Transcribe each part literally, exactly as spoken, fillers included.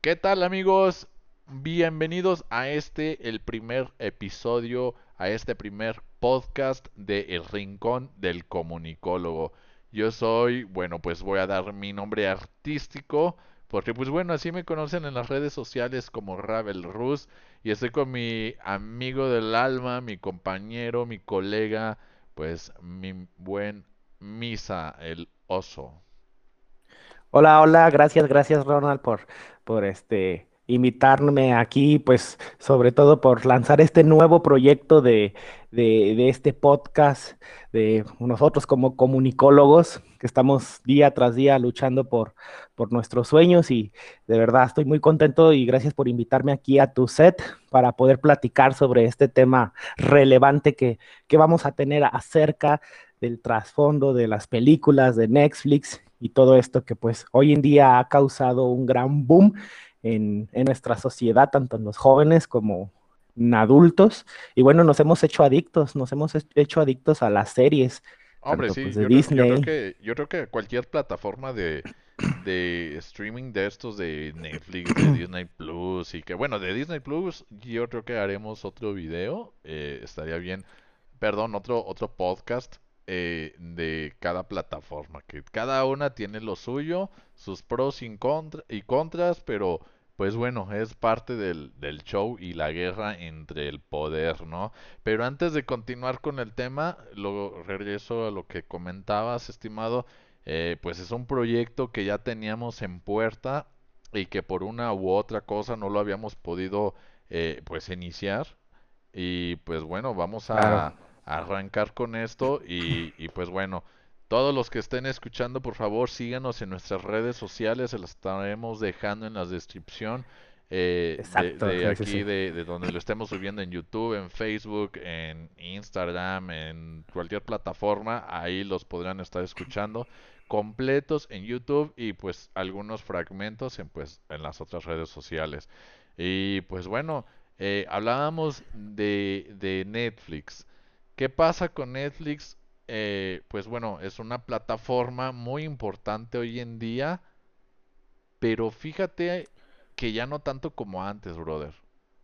¿Qué tal amigos? Bienvenidos a este, el primer episodio, a este primer podcast de El Rincón del Comunicólogo. Yo soy, bueno, pues voy a dar mi nombre artístico, porque pues bueno, así me conocen en las redes sociales como Ravel Rus, y estoy con mi amigo del alma, mi compañero, mi colega, pues mi buen Misa, el oso. Hola, hola, gracias, gracias Ronald por, por este invitarme aquí, pues sobre todo por lanzar este nuevo proyecto de, de, de este podcast, de nosotros como comunicólogos, que estamos día tras día luchando por, por nuestros sueños y de verdad estoy muy contento y gracias por invitarme aquí a tu set para poder platicar sobre este tema relevante que, que vamos a tener acerca del trasfondo de las películas de Netflix y todo esto que pues hoy en día ha causado un gran boom en, en nuestra sociedad, tanto en los jóvenes como en adultos. Y bueno, nos hemos hecho adictos, nos hemos hecho adictos a las series, Hombre, tanto pues sí, de yo creo, yo creo Disney. que, yo creo que cualquier plataforma de, de streaming de estos de Netflix, de Disney Plus y que bueno, de Disney Plus yo creo que haremos otro video, eh, estaría bien, perdón, otro, otro podcast eh, de cada plataforma, que cada una tiene lo suyo, sus pros y, contra- y contras, pero pues bueno, es parte del, del show y la guerra entre el poder, ¿no? Pero antes de continuar con el tema, lo regreso a lo que comentabas, estimado, eh, pues es un proyecto que ya teníamos en puerta y que por una u otra cosa no lo habíamos podido eh, pues iniciar. Y pues bueno, vamos Claro. a arrancar con esto y, y pues bueno, todos los que estén escuchando, por favor, síganos en nuestras redes sociales, se las estaremos dejando en la descripción eh, de, Exacto, de sí, sí, aquí, sí. de, de donde lo estemos subiendo en YouTube, en Facebook, en Instagram, en cualquier plataforma, ahí los podrán estar escuchando completos en YouTube y pues algunos fragmentos en pues en las otras redes sociales. Y pues bueno, eh, hablábamos de, de Netflix. ¿Qué pasa con Netflix? Eh, pues bueno, es una plataforma muy importante hoy en día, pero fíjate que ya no tanto como antes, brother.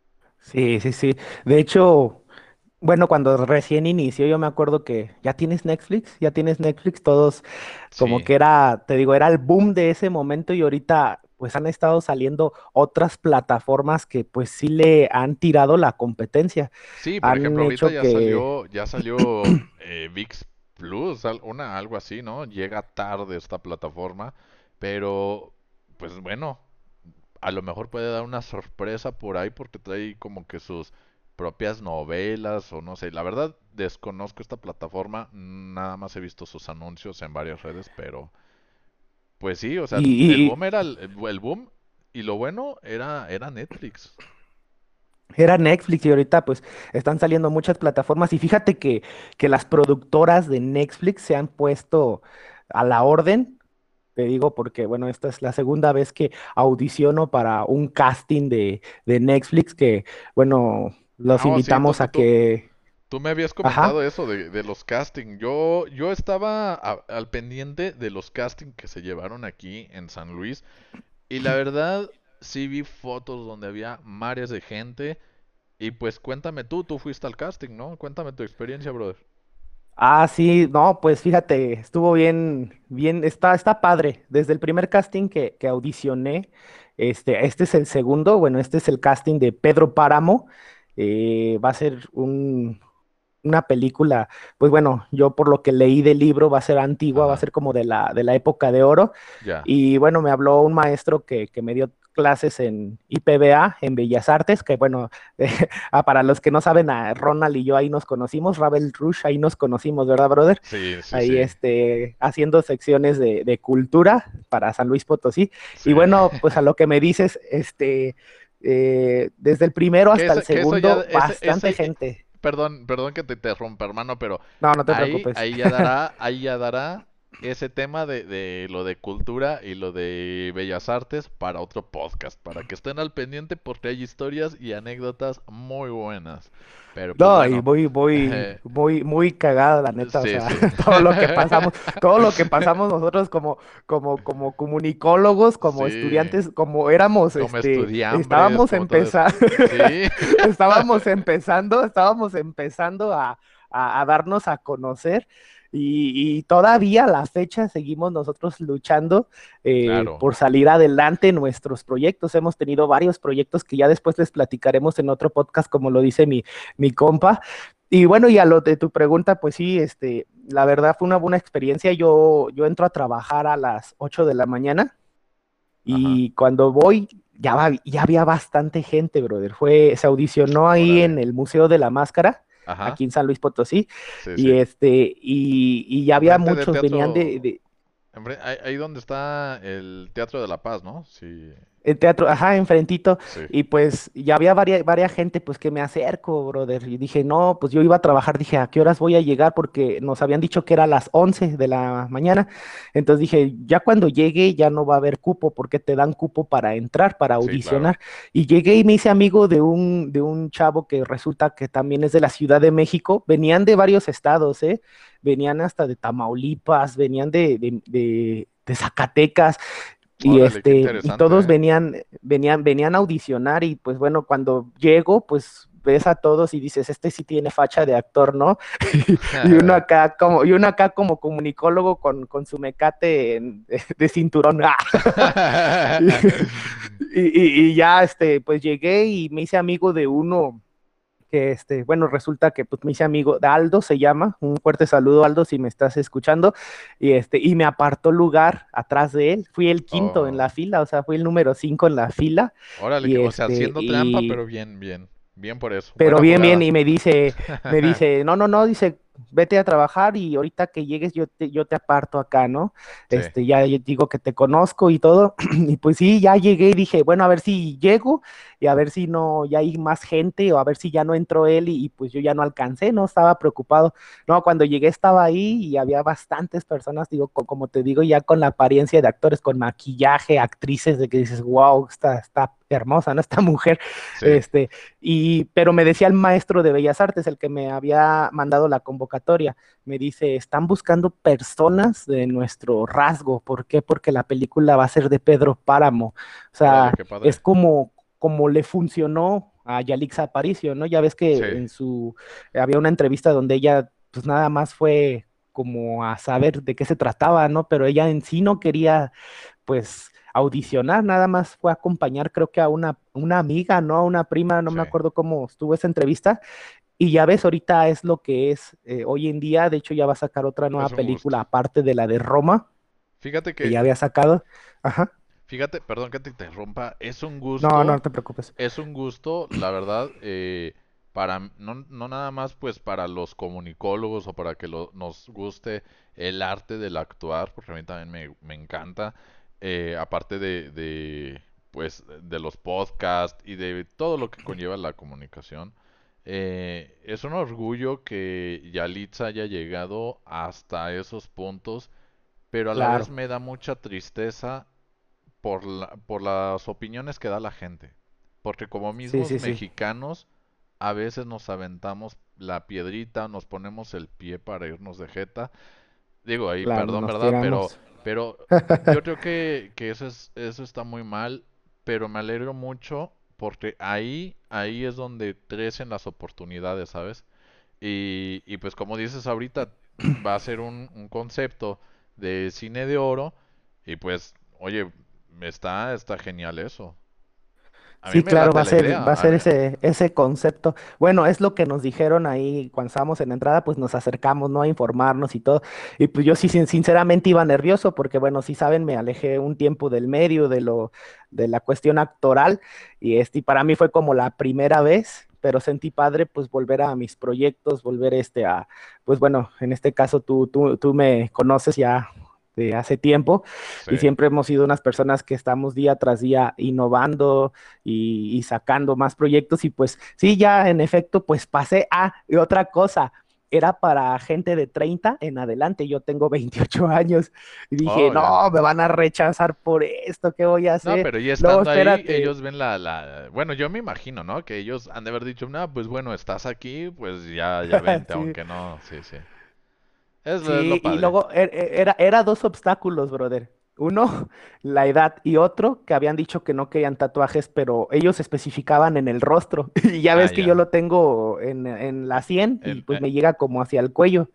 Sí, sí, sí. De hecho, bueno, cuando recién inició, yo me acuerdo que ya tienes Netflix, ya tienes Netflix, todos como Sí, que era, te digo, era el boom de ese momento y ahorita pues han estado saliendo otras plataformas que pues sí le han tirado la competencia, sí, por han ejemplo, ahorita hecho ya que, salió, ya salió eh, ViX Plus, al- una, algo así, ¿no? Llega tarde esta plataforma, pero pues bueno, a lo mejor puede dar una sorpresa por ahí porque trae como que sus propias novelas o no sé. La verdad desconozco esta plataforma, nada más he visto sus anuncios en varias redes, pero pues sí, o sea, el y, boom era el, el boom y lo bueno era era Netflix. era Netflix y ahorita pues están saliendo muchas plataformas y fíjate que, que las productoras de Netflix se han puesto a la orden, te digo porque bueno, esta es la segunda vez que audiciono para un casting de, de Netflix que bueno, los Ah, oh, sí, tú, invitamos tú, a tú, que, tú me habías ajá. comentado eso de, de los casting. Yo, yo estaba a- al pendiente de los casting que se llevaron aquí en San Luis. Y la verdad, sí vi fotos donde había mares de gente. Y pues cuéntame tú, tú fuiste al casting, ¿no? Cuéntame tu experiencia, brother. Ah, sí, no, pues fíjate, estuvo bien, bien, está, está padre. Desde el primer casting que, que audicioné, este, este es el segundo, bueno, este es el casting de Pedro Páramo. Eh, va a ser un, una película, pues bueno, yo por lo que leí del libro va a ser antigua, va a Ajá, ser como de la, de la época de oro. ya. Y bueno, me habló un maestro que, que me dio clases en I P B A, en Bellas Artes, que bueno, ah, para los que no saben, a Ronald y yo ahí nos conocimos, Ravel Rush, ahí nos conocimos, ¿verdad, brother? Sí, sí, Ahí sí. este, haciendo secciones de, de cultura para San Luis Potosí. Y Sí. bueno, pues a lo que me dices, este, eh, desde el primero Que hasta eso, el que eso ya, segundo, ese, bastante ese, eh, gente. perdón, perdón que te interrumpa, hermano, pero No, no te ahí, preocupes. ahí ya dará, ahí ya dará. ese tema de, de lo de cultura y lo de bellas artes para otro podcast, para que estén al pendiente porque hay historias y anécdotas muy buenas. Pero pues No, y bueno, muy, muy, eh, muy, muy cagada, la neta, o sí, sea, sí. todo lo que pasamos, todo lo que pasamos nosotros como, como, como comunicólogos, como Sí, estudiantes, como éramos, como este, estudiambres, estábamos como todo eso. empezando, Sí. estábamos empezando, estábamos empezando a, a, a darnos a conocer. Y, y todavía a la fecha seguimos nosotros luchando eh, Claro. por salir adelante en nuestros proyectos. Hemos tenido varios proyectos que ya después les platicaremos en otro podcast, como lo dice mi, mi compa. Y bueno, y a lo de tu pregunta, pues sí, este, la verdad fue una buena experiencia. Yo, yo entro a trabajar a las ocho de la mañana Ajá. y cuando voy ya, va, ya había bastante gente, brother. Fue, se audicionó ahí Órale. en el Museo de la Máscara, Ajá. aquí en San Luis Potosí, Sí, y sí. este, y, y ya había Enfrente del muchos, venían de, teatro. de, enfre- Ahí, ahí donde está el Teatro de la Paz, ¿no? Sí. el teatro, ajá, enfrentito, Sí. y pues ya había varia, varia gente pues que me acerco, brother, y dije, no, pues yo iba a trabajar, dije, ¿a qué horas voy a llegar? Porque nos habían dicho que era a las once de la mañana, entonces dije, ya cuando llegue ya no va a haber cupo, porque te dan cupo para entrar, para Sí, claro. audicionar, y llegué y me hice amigo de un, de un chavo que resulta que también es de la Ciudad de México, venían de varios estados, ¿eh? Venían hasta de Tamaulipas, venían de, de, de de Zacatecas, y Órale, qué este, y interesante, todos ¿eh? venían, venían, venían a audicionar, y pues bueno, cuando llego, pues ves a todos y dices, este sí tiene facha de actor, ¿no? Y uno acá como, y uno acá como comunicólogo con, con su mecate en- de, de cinturón. Y, y- y ya este, pues llegué y me hice amigo de uno que este, bueno, resulta que pues me hice amigo de Aldo, se llama, un fuerte saludo Aldo si me estás escuchando, y este, y me apartó lugar atrás de él, fui el quinto en la Oh, fila, o sea, fui el número cinco en la fila, órale, y que, o sea, este, haciendo trampa, y pero bien, bien, bien por eso. pero Buena bien, bien, jugada. y me dice, me dice, no, no, no, dice, vete a trabajar y ahorita que llegues yo te, yo te aparto acá, ¿no? Sí, Este, ya yo digo que te conozco y todo, y pues sí, ya llegué y dije, bueno, a ver si llego y a ver si no, ya hay más gente o a ver si ya no entró él y, y pues yo ya no alcancé, ¿no? Estaba preocupado. No, cuando llegué estaba ahí y había bastantes personas, digo, co- como te digo, ya con la apariencia de actores, con maquillaje, actrices, de que dices, wow, está, está hermosa, ¿no? Esta mujer, sí. este, y, pero me decía el maestro de Bellas Artes, el que me había mandado la convocatoria, me dice, están buscando personas de nuestro rasgo. ¿Por qué? Porque la película va a ser de Pedro Páramo. O Órale, sea, qué es padre. como, como le funcionó a Yalixa Aparicio, ¿no? Ya ves que Sí, en su, había una entrevista donde ella, pues nada más fue como a saber de qué se trataba, ¿no? Pero ella en sí no quería pues audicionar, nada más fue a acompañar creo que a una, una amiga, ¿no? A una prima, no sí. me acuerdo cómo estuvo esa entrevista, y ya ves, ahorita es lo que es eh, hoy en día, de hecho ya va a sacar otra Es nueva un gusto. película aparte de la de Roma, Fíjate que ya que, había sacado, ajá, fíjate, perdón que te interrumpa, es un no, no, gusto, no te preocupes, es un gusto, la verdad, eh, para, no, no nada más pues para los comunicólogos o para que lo- nos guste el arte del actuar, porque a mí también me, me encanta, eh, aparte de, de, pues, de los podcasts y de todo lo que conlleva la comunicación. Eh, es un orgullo que Yalitza haya llegado hasta esos puntos, pero a la vez claro, me da mucha tristeza por la- por las opiniones que da la gente. Porque como sí, mismos sí, sí, mexicanos, a veces nos aventamos la piedrita, nos ponemos el pie para irnos de jeta. Digo, ahí, claro, perdón, nos ¿verdad? Pero, tiramos. pero yo creo que, que eso es, eso está muy mal, pero me alegro mucho porque ahí, ahí es donde crecen las oportunidades, ¿sabes? Y, y pues como dices ahorita, va a ser un, un concepto de cine de oro y pues, oye, está, está genial eso. A mí Sí, me claro, va late a la ser, va idea. a A ser mí- ese, ese concepto. Bueno, es lo que nos dijeron ahí cuando estábamos en la entrada, pues nos acercamos, ¿no? A informarnos y todo. Y pues yo sí, sin- sinceramente iba nervioso porque, bueno, sí saben, me alejé un tiempo del medio, de lo, de la cuestión actoral, y este, y para mí fue como la primera vez, pero sentí padre, pues volver a mis proyectos, volver este a, pues bueno, en este caso tú, tú, tú me conoces ya de hace tiempo, sí, y siempre hemos sido unas personas que estamos día tras día innovando y, y sacando más proyectos, y pues sí, ya en efecto, pues pasé a y otra cosa. era para gente de treinta en adelante. Yo tengo veintiocho años y dije, Oh, ya. no, me van a rechazar por esto, ¿qué voy a No, hacer? pero ya Luego, estando ahí, espérate. ellos ven la, la... Bueno, yo me imagino, ¿no? Que ellos han de haber dicho, no, pues bueno, estás aquí, pues ya, ya vente, Sí, aunque no, sí, sí. Es lo, es lo sí, y padre. luego er- er- era, era dos obstáculos, brother. Uno, la edad, y otro, que habían dicho que no querían tatuajes, pero ellos especificaban en el rostro. Y ya Ah, ves que yo ya. lo tengo en, en la sien y En- pues eh, me llega como hacia el cuello.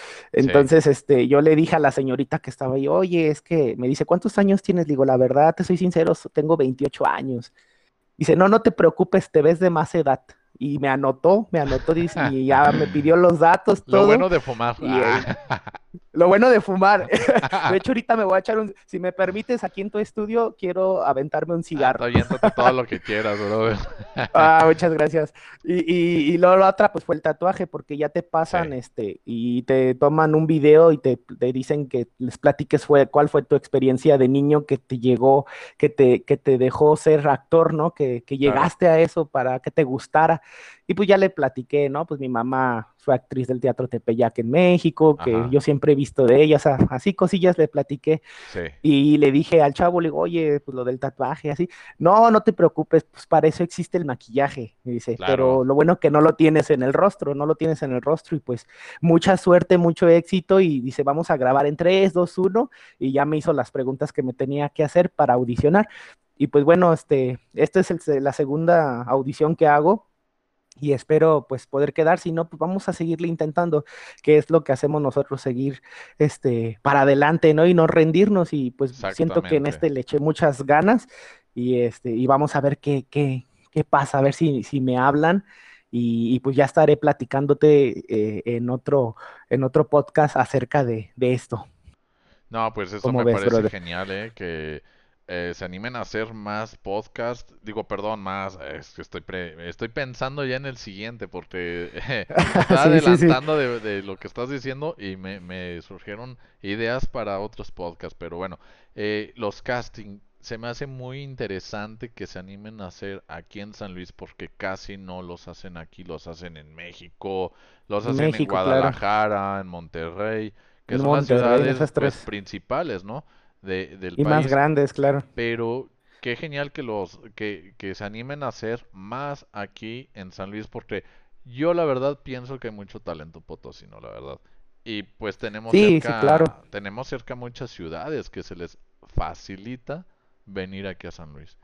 sí. Entonces, este, yo le dije a la señorita que estaba ahí, oye, es que me dice, ¿cuántos años tienes? Le digo, la verdad, te soy sincero, so- tengo veintiocho años. Dice, no, no te preocupes, te ves de más edad. Y me anotó, me anotó dice, y ya me pidió los datos, Lo todo. bueno de fumar. Y, eh, Ah. lo bueno de fumar. De hecho, ahorita me voy a echar un, si me permites, aquí en tu estudio, quiero aventarme un Ah, tú cigarro. aviéntate todo lo que quieras, bro. Ah, muchas gracias. Y, y, y luego la otra, pues fue el tatuaje, porque ya te Sí, pasan, este, y te toman un video y te, te dicen que les platiques fue, cuál fue tu experiencia de niño que te llegó, que te, que te dejó ser actor, ¿no? Que, que claro. llegaste a eso para que te gustara. Y pues ya le platiqué, ¿no? Pues mi mamá fue actriz del Teatro Tepeyac en México, que Ajá. yo siempre he visto de ella, o sea, así cosillas le platiqué. Sí, Y le dije al chavo, le digo, oye, pues lo del tatuaje, así. No, no te preocupes, pues para eso existe el maquillaje. Me dice, claro. pero lo bueno que no lo tienes en el rostro, no lo tienes en el rostro. Y pues mucha suerte, mucho éxito. Y dice, vamos a grabar en tres, dos, uno. Y ya me hizo las preguntas que me tenía que hacer para audicionar. Y pues bueno, este, esta es el- la segunda audición que hago y espero pues poder quedar, si no, pues vamos a seguirle intentando, que es lo que hacemos nosotros, seguir este para adelante, ¿no? Y no rendirnos y pues siento que en Exactamente. este le eché muchas ganas y este y vamos a ver qué qué qué pasa, a ver si si me hablan y, y pues ya estaré platicándote eh, en otro en otro podcast acerca de de esto. No, pues eso ¿Cómo me ves, parece brother? genial, ¿eh? Que eh, se animen a hacer más podcast. Digo, perdón, más. Es que estoy, pre- estoy pensando ya en el siguiente porque me estaba Sí, sí, sí. adelantando de, de lo que estás diciendo y me, me surgieron ideas para otros podcasts. Pero bueno, eh, los casting. Se me hace muy interesante que se animen a hacer aquí en San Luis porque casi no los hacen aquí, los hacen en México, los hacen en México, claro. Guadalajara, en Monterrey, que En son las Monterrey, en ciudades esas pues tres. principales, ¿no? de- del Y más país, grandes, claro. pero qué genial que los que, que se animen a hacer más aquí en San Luis porque yo la verdad pienso que hay mucho talento potosino, la verdad. Y pues tenemos Sí, sí, claro. cerca tenemos cerca muchas ciudades que se les facilita venir aquí a San Luis.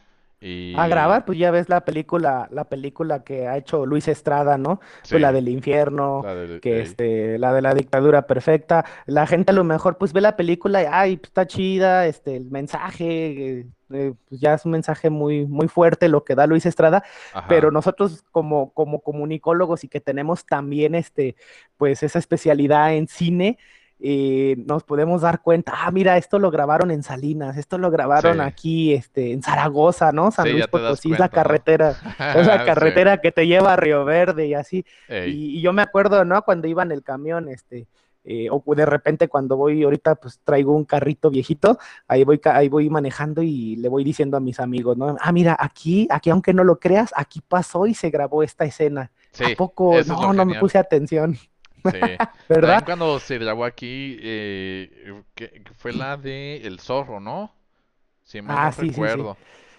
A Y grabar, pues ya ves la película, la película que ha hecho Luis Estrada, ¿no? Pues la sí, del infierno, la de que ey, este, la de la dictadura perfecta. La gente a lo mejor pues ve la película y ay, pues, está chida, este, el mensaje, eh, eh, pues ya es un mensaje muy, muy fuerte lo que da Luis Estrada, pero ajá. nosotros como, como comunicólogos y que tenemos también este, pues esa especialidad en cine eh, nos podemos dar cuenta, ah, mira, esto lo grabaron en Salinas, esto lo grabaron Sí. aquí, este, en Zaragoza, ¿no? San Sí, Luis ya te das Potosí es la cuenta, ¿no? carretera, es la Sí. carretera que te lleva a Río Verde y así. Ey, Y, y yo me acuerdo, ¿no? Cuando iba en el camión, este, eh, o de repente cuando voy ahorita, pues traigo un carrito viejito, ahí voy, ahí voy manejando y le voy diciendo a mis amigos, ¿no? Ah, mira, aquí, aquí, aunque no lo creas, aquí pasó y se grabó esta escena. ¿A sí, poco? eso es lo No, no me genial. puse atención, Sí. También ¿verdad? cuando se grabó aquí, eh, que, que fue la de El Zorro, ¿no? Si mal no Ah, sí, sí, sí. recuerdo.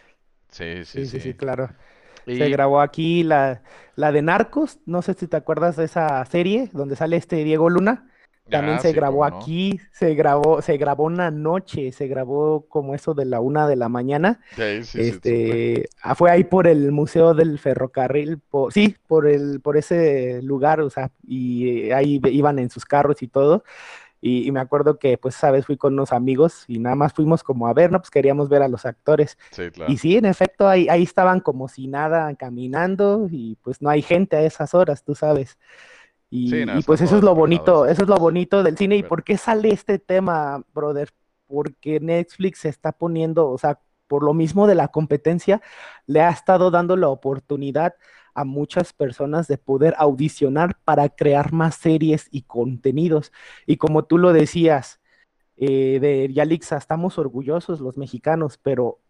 Sí, sí, Sí, sí, sí, sí. claro. Se Y, grabó aquí la, la de Narcos, no sé si te acuerdas de esa serie donde sale este Diego Luna. También ah, se sí, grabó cómo no. aquí, se grabó, se grabó una noche, se grabó como eso de la una de la mañana. Sí, sí, sí, supe. Este, ah, fue ahí por el Museo del Ferrocarril, po- sí, por el, por ese lugar, o sea, y eh, ahí iban en sus carros y todo. Y, y me acuerdo que, pues, sabes, fui con unos amigos y nada más fuimos como a ver, ¿no? Pues queríamos ver a los actores. Sí, Y claro. sí, en efecto, ahí, ahí estaban como si nada caminando y pues no hay gente a esas horas, tú sabes. Sí, no, Y, y están pues eso es todos lo relajados bonito, eso es lo todos. bonito del cine. ¿Y Pero, por qué sale este tema, brother? Porque Netflix se está poniendo, o sea, por lo mismo de la competencia, le ha estado dando la oportunidad a muchas personas de poder audicionar para crear más series y contenidos. Y como tú lo decías, eh, de Yalixa, estamos orgullosos los mexicanos, pero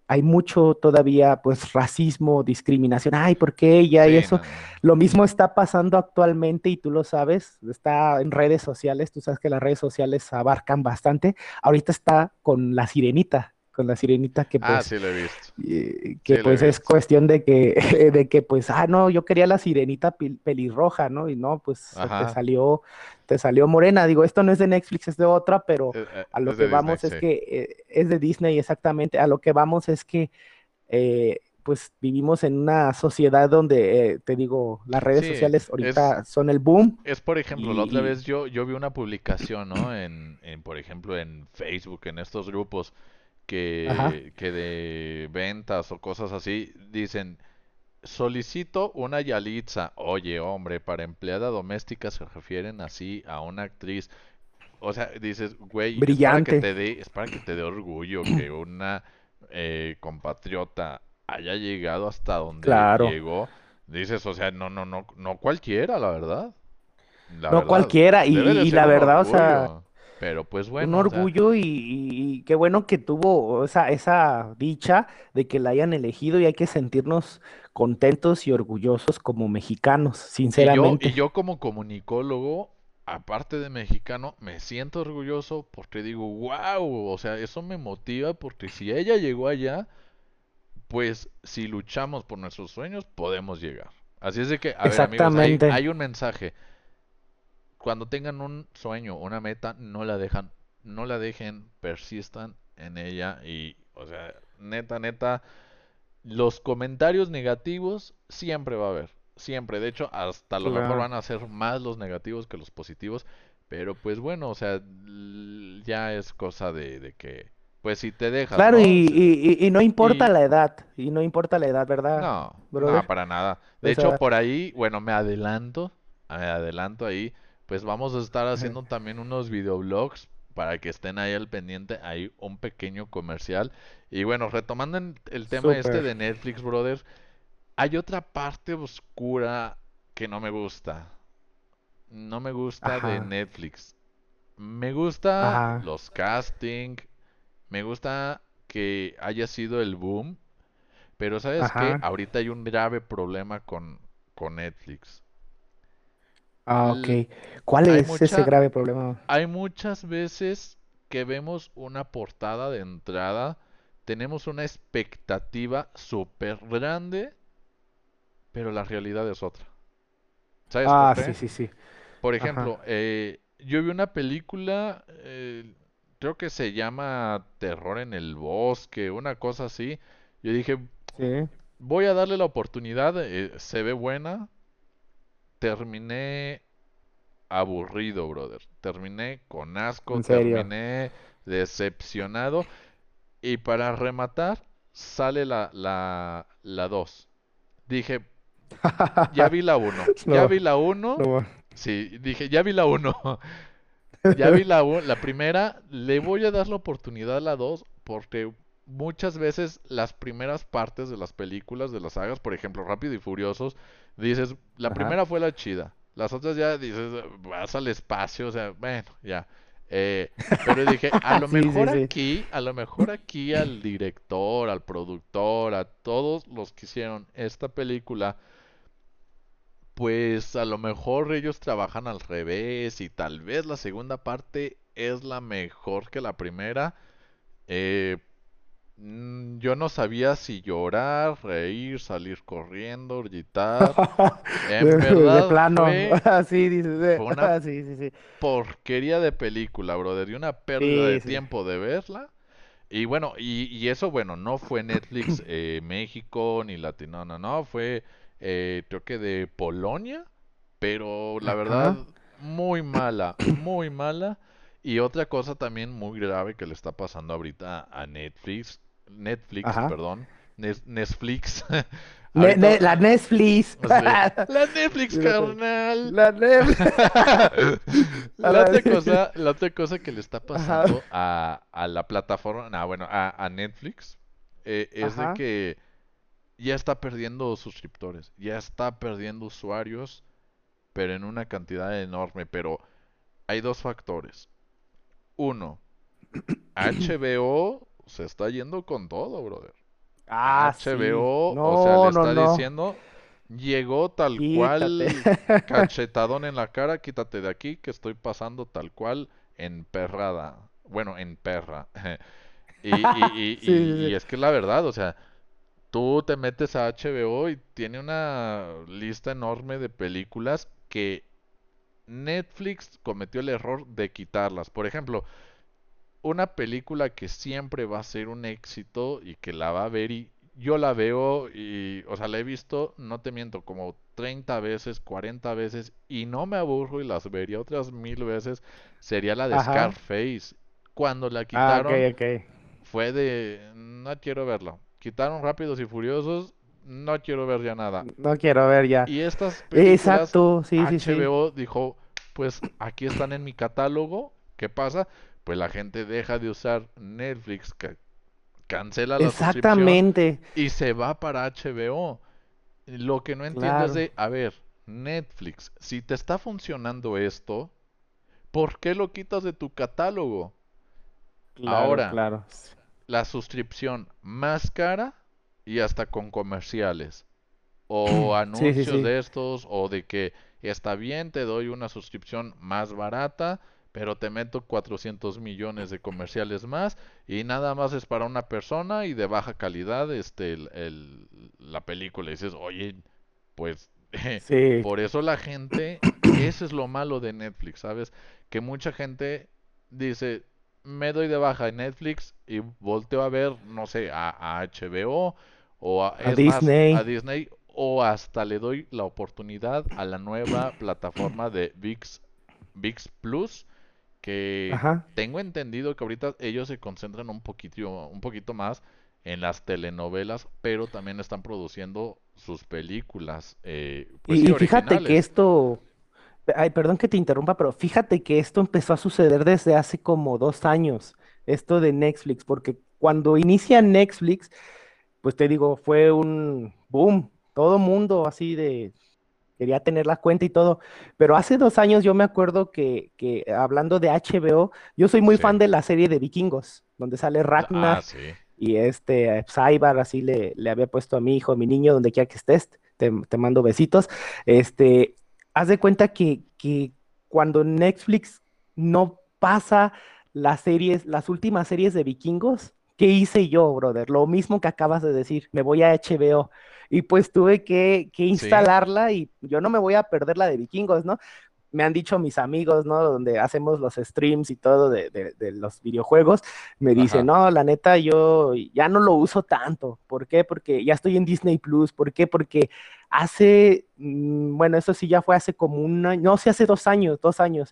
hay mucho todavía, pues, racismo, discriminación, ay, ¿por qué ella? Y Sí, eso, no. lo mismo está pasando actualmente y tú lo sabes, está en redes sociales, tú sabes que las redes sociales abarcan bastante, ahorita está con la sirenita, con la sirenita que Ah, pues sí lo he visto. eh, que Sí lo he pues es visto. cuestión de que, de que pues, ah, no, yo quería la sirenita pil- pelirroja, ¿no? Y no, pues te Ajá. salió, te salió morena. Digo, esto no es de Netflix, es de otra, pero Eh, eh, a lo Es que de Disney, vamos sí. es que eh, es de Disney exactamente, a lo que vamos es que eh, pues vivimos en una sociedad donde, eh, te digo, las redes Sí, sociales es, ahorita son el boom es por ejemplo, la otra y, y- vez yo, yo vi una publicación, ¿no? En, en, por ejemplo, en Facebook, en estos grupos ajá, que, que de ventas o cosas así, dicen, solicito una Yalitza. Oye, hombre, para empleada doméstica se refieren así a una actriz. O sea, dices, güey, es para que brillante, te dé, es para que te dé orgullo que una eh, compatriota haya llegado hasta donde claro. llegó. Dices, o sea, no, no, no, no cualquiera, la verdad. La No verdad, cualquiera, y, debe de y ser la un verdad, o sea, orgullo. Pero pues un bueno, o sea, orgullo y, y- y qué bueno que tuvo esa, esa dicha de que la hayan elegido y hay que sentirnos contentos y orgullosos como mexicanos, y yo, y sinceramente. yo como comunicólogo, aparte de mexicano, me siento orgulloso porque digo, wow, o sea, eso me motiva porque si ella llegó allá, pues si luchamos por nuestros sueños, podemos llegar. Así es de que, a ver amigos, hay, Exactamente. hay un mensaje. Cuando tengan un sueño, una meta, no la dejan, no la dejen, persistan en ella y, o sea, neta, neta, los comentarios negativos siempre va a haber, siempre. De hecho, hasta a lo mejor Claro. van a ser más los negativos que los positivos, pero pues bueno, o sea, l- ya es cosa de, de que, pues si te dejas, Claro, y, ¿no? Se- y- y- y no importa Y la edad, y no importa la edad, ¿verdad, no, no, brother? para nada. De O hecho, sea, por ahí, bueno, me adelanto, me adelanto ahí, pues vamos a estar eh, haciendo también unos videoblogs para que estén ahí al pendiente, hay un pequeño comercial. Y bueno, retomando en- el tema este súper. de Netflix, brother, hay otra parte oscura que no me gusta. No me gusta de Ajá, Netflix. Me gusta ajá, los casting, me gusta que haya sido el boom, pero ¿sabes qué? ajá. Ahorita hay un grave problema con, con Netflix. Ah, ok. L- ¿Cuál hay es ese mucha, grave problema? hay muchas veces que vemos una portada de entrada, tenemos una expectativa súper grande, pero la realidad es otra. ¿Sabes por Ah, sí, qué? sí, sí. Por Ajá. ejemplo, eh, yo vi una película, eh, creo que se llama Terror en el Bosque, una cosa así. Yo dije, Sí, voy a darle la oportunidad, eh, se ve buena. Terminé aburrido, brother. Terminé con asco, en serio. terminé decepcionado. Y para rematar, sale la, la, la dos. Dije, ya vi la uno, ya No, vi la uno. no. Sí, dije, ya vi la uno. Ya vi la, u- la primera, le voy a dar la oportunidad a la dos porque muchas veces las primeras partes de las películas, de las sagas, por ejemplo, Rápido y Furiosos, dices, la Ajá. primera fue la chida, las otras ya dices, vas al espacio, o sea, bueno, ya. Eh, pero dije, a lo Sí, sí, mejor sí. aquí, a lo mejor aquí al director, al productor, a todos los que hicieron esta película, pues a lo mejor ellos trabajan al revés y tal vez la segunda parte es la mejor que la primera. Eh, mm, yo no sabía si llorar, reír, salir corriendo, gritar. En De, de verdad plano. fue, Así dices. fue eh, una Sí, sí, sí. porquería de película, brother, y una pérdida de Sí, sí. tiempo de verla. Y bueno, y, y eso, bueno, no fue Netflix eh, México ni Latino, no, no, fue eh, creo que de Polonia, pero la verdad, Ajá. muy mala, muy mala. Y otra cosa también muy grave que le está pasando ahorita a Netflix, Netflix, Ajá. perdón, Nes- Netflix, Ne- ne- la ahorita, Netflix. o sea, la Netflix, Sí, la, te- carnal. la Netflix. A La la- otra cosa, la otra cosa que le está Ajá. pasando a, a la plataforma, no, bueno, a, a Netflix, eh, es de Ajá. que ya está perdiendo suscriptores, ya está perdiendo usuarios, pero en una cantidad enorme. Pero hay dos factores. Uno, H B O se está yendo con todo, brother. Ah, sí. H B O, o sea, le No, no, está no. diciendo, llegó tal Quítate. cual cachetadón en la cara, quítate de aquí que estoy pasando tal cual en perrada. Bueno, en perra. Y, y, y, Sí, y, sí, y sí. es que es la verdad, o sea, tú te metes a H B O y tiene una lista enorme de películas que Netflix cometió el error de quitarlas. Por ejemplo, una película que siempre va a ser un éxito y que la va a ver y yo la veo y, o sea, la he visto, no te miento, como treinta veces, cuarenta veces y no me aburro y las vería otras mil veces, sería la de Ajá. Scarface. Cuando la Ah, ok, quitaron ok. fue de, no quiero verla. Quitaron Rápidos y Furiosos, no quiero ver ya nada. No quiero ver ya. Y estas películas, Exacto, sí, sí, sí. H B O dijo, pues aquí están en mi catálogo. ¿Qué pasa? Pues la gente deja de usar Netflix, ca- cancela la suscripción Exactamente. y se va para H B O. Lo que no entiendo es Claro, de, a ver, Netflix, si te está funcionando esto, ¿por qué lo quitas de tu catálogo? claro, Ahora, claro. la suscripción más cara y hasta con comerciales o Sí, sí, anuncios sí. de estos o de que está bien, te doy una suscripción más barata, pero te meto cuatrocientos millones de comerciales más y nada más es para una persona y de baja calidad este el, el- la película. Y dices, oye, pues Sí. por eso la gente, eso es lo malo de Netflix, ¿sabes? Que mucha gente dice, me doy de baja en Netflix y volteo a ver, no sé, a, a H B O o a- A es más, a Disney. Disney o hasta le doy la oportunidad a la nueva plataforma de VIX, VIX Plus, que Ajá. tengo entendido que ahorita ellos se concentran un poquito, un poquito más en las telenovelas, pero también están produciendo sus películas, eh, pues sí, Y, y fíjate que originales. esto, ay, perdón que te interrumpa, pero fíjate que esto empezó a suceder desde hace como dos años, esto de Netflix, porque cuando inicia Netflix, pues te digo, fue un boom, todo mundo así de, quería tener la cuenta y todo, pero hace dos años yo me acuerdo que, que hablando de H B O, yo soy muy Sí. fan de la serie de Vikingos, donde sale La- ah, Ragnar sí. y este Saibar, así le, le había puesto a mi hijo, a mi niño, donde quiera que estés, te, te mando besitos. Este, haz de cuenta que, que cuando Netflix no pasa las series, las últimas series de Vikingos, ¿qué hice yo, brother? Lo mismo que acabas de decir, me voy a H B O y pues tuve que, que Sí. instalarla y yo no me voy a perder la de Vikingos, ¿no? Me han dicho mis amigos, ¿no? Donde hacemos los streams y todo de, de, de los videojuegos, me dicen, Ajá. no, la neta, yo ya no lo uso tanto. ¿Por qué? Porque ya estoy en Disney Plus. ¿Por qué? Porque hace, mmm, bueno, eso sí ya fue hace como un año, no, sí hace dos años, dos años,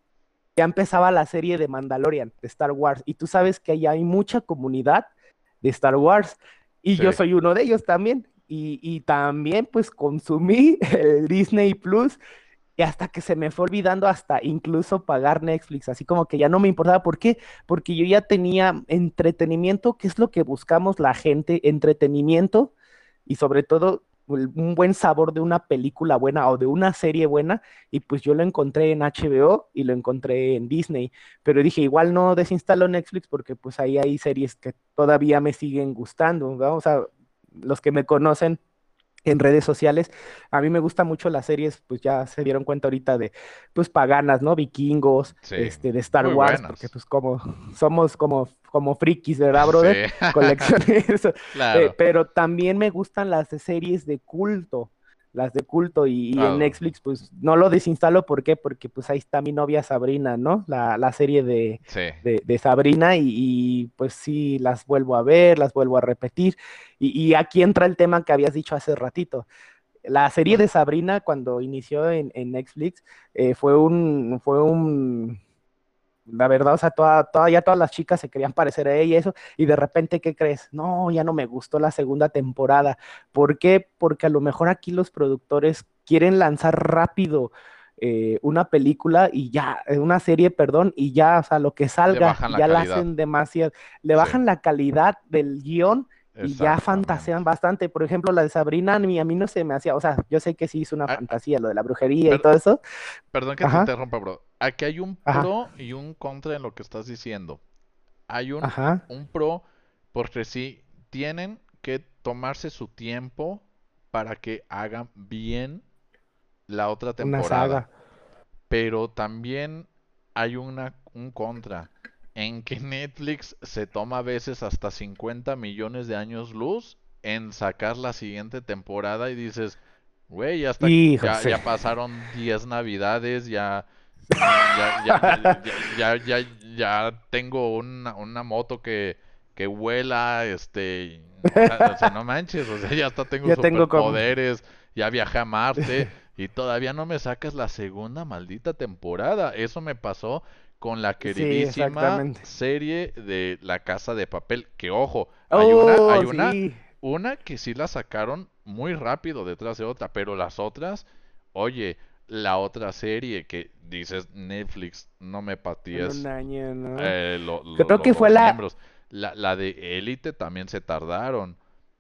ya empezaba la serie de Mandalorian, de Star Wars, y tú sabes que ahí hay mucha comunidad de Star Wars, y yo Sí. soy uno de ellos también. Y, y también pues consumí el Disney Plus y hasta que se me fue olvidando hasta incluso pagar Netflix, así como que ya no me importaba. ¿Por qué? Porque yo ya tenía entretenimiento, que es lo que buscamos la gente, entretenimiento y sobre todo el- un buen sabor de una película buena o de una serie buena. Y pues yo lo encontré en H B O y lo encontré en Disney. Pero dije, igual no desinstalo Netflix porque pues ahí hay series que todavía me siguen gustando, ¿no? O sea, los que me conocen en redes sociales. A mí me gustan mucho las series, pues ya se dieron cuenta ahorita de, pues paganas, ¿no? Vikingos, Sí. este, de Star Muy Wars, porque buenas. pues como somos como, como frikis, ¿verdad, brother? Sí. Colecciones. Eh, Claro. pero también me gustan las de series de culto, las de culto y, y en Ah, Netflix, pues no lo desinstalo, ¿por qué? Porque pues ahí está mi novia Sabrina, ¿no? La, la serie de, sí. de, de Sabrina y, y, pues sí, las vuelvo a ver, las vuelvo a repetir. Y, y aquí entra el tema que habías dicho hace ratito. La serie de Sabrina, cuando inició en, en Netflix, eh, fue un, fue un, la verdad, o sea, toda, toda, ya todas las chicas se querían parecer a ella y eso, y de repente, ¿qué crees? No, ya no me gustó la segunda temporada. ¿Por qué? Porque a lo mejor aquí los productores quieren lanzar rápido eh, una película y ya, eh, una serie, perdón, y ya, o sea, lo que Le salga, bajan y la ya la calidad. hacen demasiado, le Sí. bajan la calidad del guión y ya fantasean Exactamente. bastante. Por ejemplo, la de Sabrina, a mí, a mí no se me hacía, o sea, yo sé que sí es una Ah, ah, fantasía, lo de la brujería y per- todo eso. perdón que te Ajá, interrumpa, bro. Aquí hay un ajá, pro y un contra en lo que estás diciendo. Hay un, ajá, un pro porque sí tienen que tomarse su tiempo para que hagan bien la otra Una temporada. saga. Pero también hay una, un contra en que Netflix se toma a veces hasta cincuenta millones de años luz en sacar la siguiente temporada y dices, güey, ya está, Hijo, ya, sí. ya pasaron diez navidades, ya, mm, ya, ya, ya, ya, ya, ya, ya tengo una, una moto que, que vuela, este, o sea, o sea, no manches, o sea, ya hasta tengo Ya tengo como... superpoderes, ya viajé a Marte. Y todavía no me sacas la segunda maldita temporada. Eso me pasó con la Sí, queridísima exactamente. serie de La Casa de Papel. Que ojo, hay una, hay Oh, una, sí. una que sí la sacaron muy rápido detrás de otra, pero las otras, oye, la otra serie que dices Netflix, no me En un patíes año, ¿no? eh, lo- lo- Creo lo- que fue los la... miembros. La, la de Élite también se tardaron.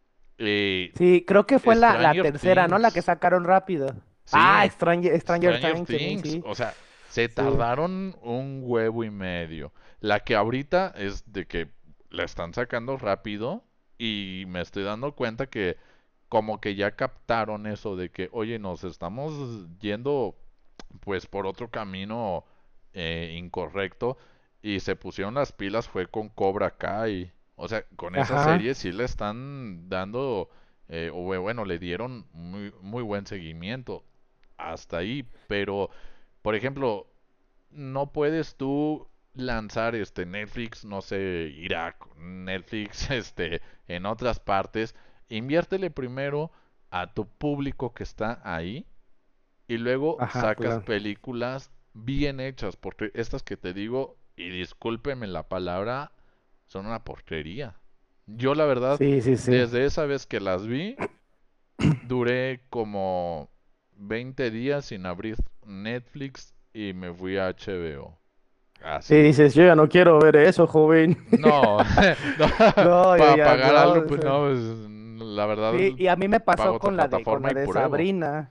Eh, Sí, creo que fue la, la Stranger tercera, ¿no? La que Things. sacaron rápido. Ah, Sí, Stranger, Stranger Stranger Times también, Things, sí. o sea, se Sí. tardaron un huevo y medio. La que ahorita es de que la están sacando rápido y me estoy dando cuenta que como que ya captaron eso de que, oye, nos estamos yendo pues por otro camino eh, incorrecto y se pusieron las pilas fue con Cobra Kai. O sea, con esa Ajá. serie sí le están dando, eh, o bueno, le dieron muy, muy buen seguimiento hasta ahí, pero por ejemplo, no puedes tú lanzar este Netflix, no sé, Irak, Netflix, este, en otras partes, inviértele primero a tu público que está ahí y luego Ajá, sacas claro. películas bien hechas, porque estas que te digo, y discúlpenme la palabra, son una porquería. Yo la verdad, Sí, sí, sí. desde esa vez que las vi, duré como veinte días sin abrir Netflix y me fui a H B O. Sí, Así. dices, yo ya no quiero ver eso, joven. No, no, No, yo para ya pagar no. algo, O pues sea, no, pues, la verdad sí, y a mí me pasó pago otra con la de, con plataforma la y de pruebo. Sabrina.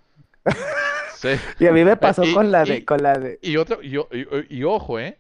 Sí. Y a mí me Eh, pasó con la Y, de, y, con la de. y otro, y, o- y- y ojo, ¿eh?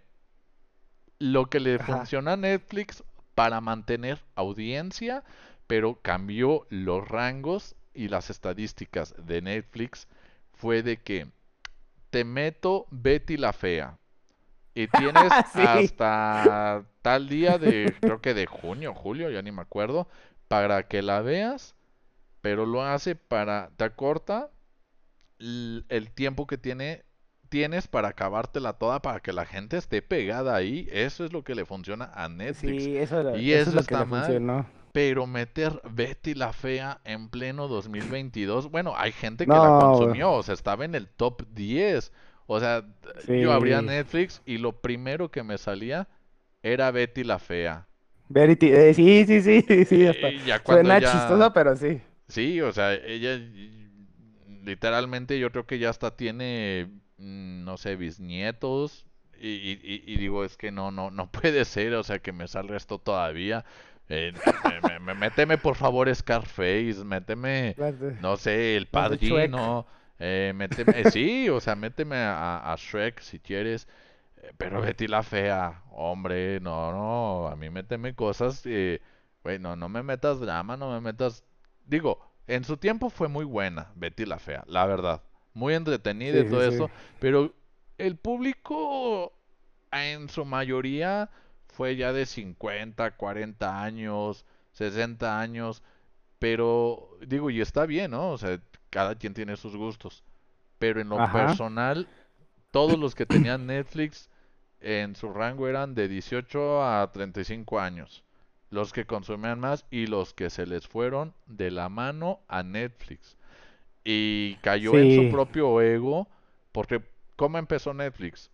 Lo que le Ajá. funciona a Netflix para mantener audiencia, pero cambió los rangos y las estadísticas de Netflix fue de que te meto Betty la Fea y tienes Sí. hasta tal día de, creo que de junio, julio, ya ni me acuerdo, para que la veas, pero lo hace para, te acorta l- el tiempo que tiene, tienes para acabártela toda, para que la gente esté pegada ahí. Eso es lo que le funciona a Netflix. Sí, eso, Y eso es eso lo que está le mal. funcionó. Pero meter Betty la Fea en pleno dos mil veintidós, bueno, hay gente que la No, consumió, o sea, estaba en el top diez. O sea, yo abría sí. Netflix y lo primero que me salía era Betty la Fea. Verity, eh, sí, sí, sí, sí, hasta Y ya cuando suena ella, chistoso, pero sí. sí, o sea, ella y- literalmente yo creo que ya hasta tiene, mm, no sé, bisnietos. Y, y- y- y digo, es que no, no, no puede ser, o sea, que me salga esto todavía. Eh, me- me- me- méteme por favor Scarface, méteme, Las de, no sé, El las de Shrek. Padrino, eh, méteme, eh, sí, o sea, méteme a, a Shrek si quieres, eh, pero Betty la Fea, hombre, no, no, a mí méteme cosas, eh, güey, no, no me metas drama, no me metas, digo, en su tiempo fue muy buena Betty la Fea, la verdad, muy entretenida y Sí, sí, todo sí. eso, pero el público en su mayoría fue ya de cincuenta, cuarenta años, sesenta años, pero digo, y está bien, ¿no? O sea, cada quien tiene sus gustos, pero en lo Ajá. personal, todos los que tenían Netflix en su rango eran de dieciocho a treinta y cinco años, los que consumían más y los que se les fueron de la mano a Netflix. Y cayó en su Sí. propio ego, porque ¿cómo empezó Netflix?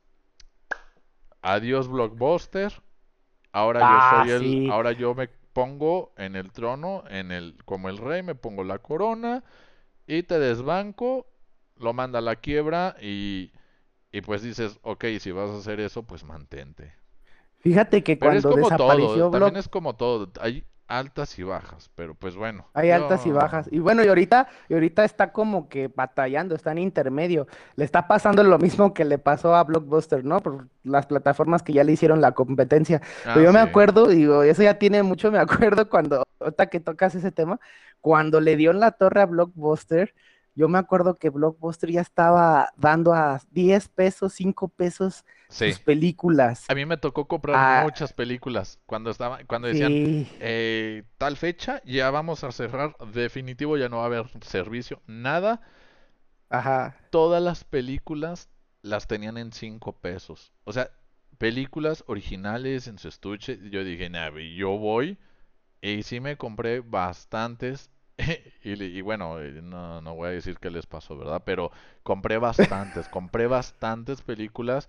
Adiós Blockbuster, ahora yo Ah, soy el, sí. ahora yo me pongo en el trono, en el, como el rey, me pongo la corona y te desbanco, lo manda a la quiebra y, y pues dices, ok, si vas a hacer eso, pues mantente. Fíjate que Pero es cuando como todo, desapareció también Block, es como todo. Hay, altas y bajas, pero pues bueno, Hay altas y bajas. yo... Y bueno, y ahorita, y ahorita está como que batallando, está en intermedio. Le está pasando lo mismo que le pasó a Blockbuster, ¿no? Por las plataformas que ya le hicieron la competencia. Pero Ah, yo me sí. acuerdo, digo, eso ya tiene mucho, me acuerdo cuando, ahorita que tocas ese tema, cuando le dio en la torre a Blockbuster, yo me acuerdo que Blockbuster ya estaba dando a diez pesos, cinco pesos Sí. sus películas. A mí me tocó comprar Ah, muchas películas cuando estaba, cuando decían sí, eh, tal fecha ya vamos a cerrar, definitivo ya no va a haber servicio, nada. ajá. Todas las películas las tenían en cinco pesos. O sea, películas originales en su estuche. Yo dije, nah, ve, yo voy y sí me compré bastantes. Y, le- y bueno, eh, no, no voy a decir qué les pasó, ¿verdad? Pero compré bastantes, compré bastantes películas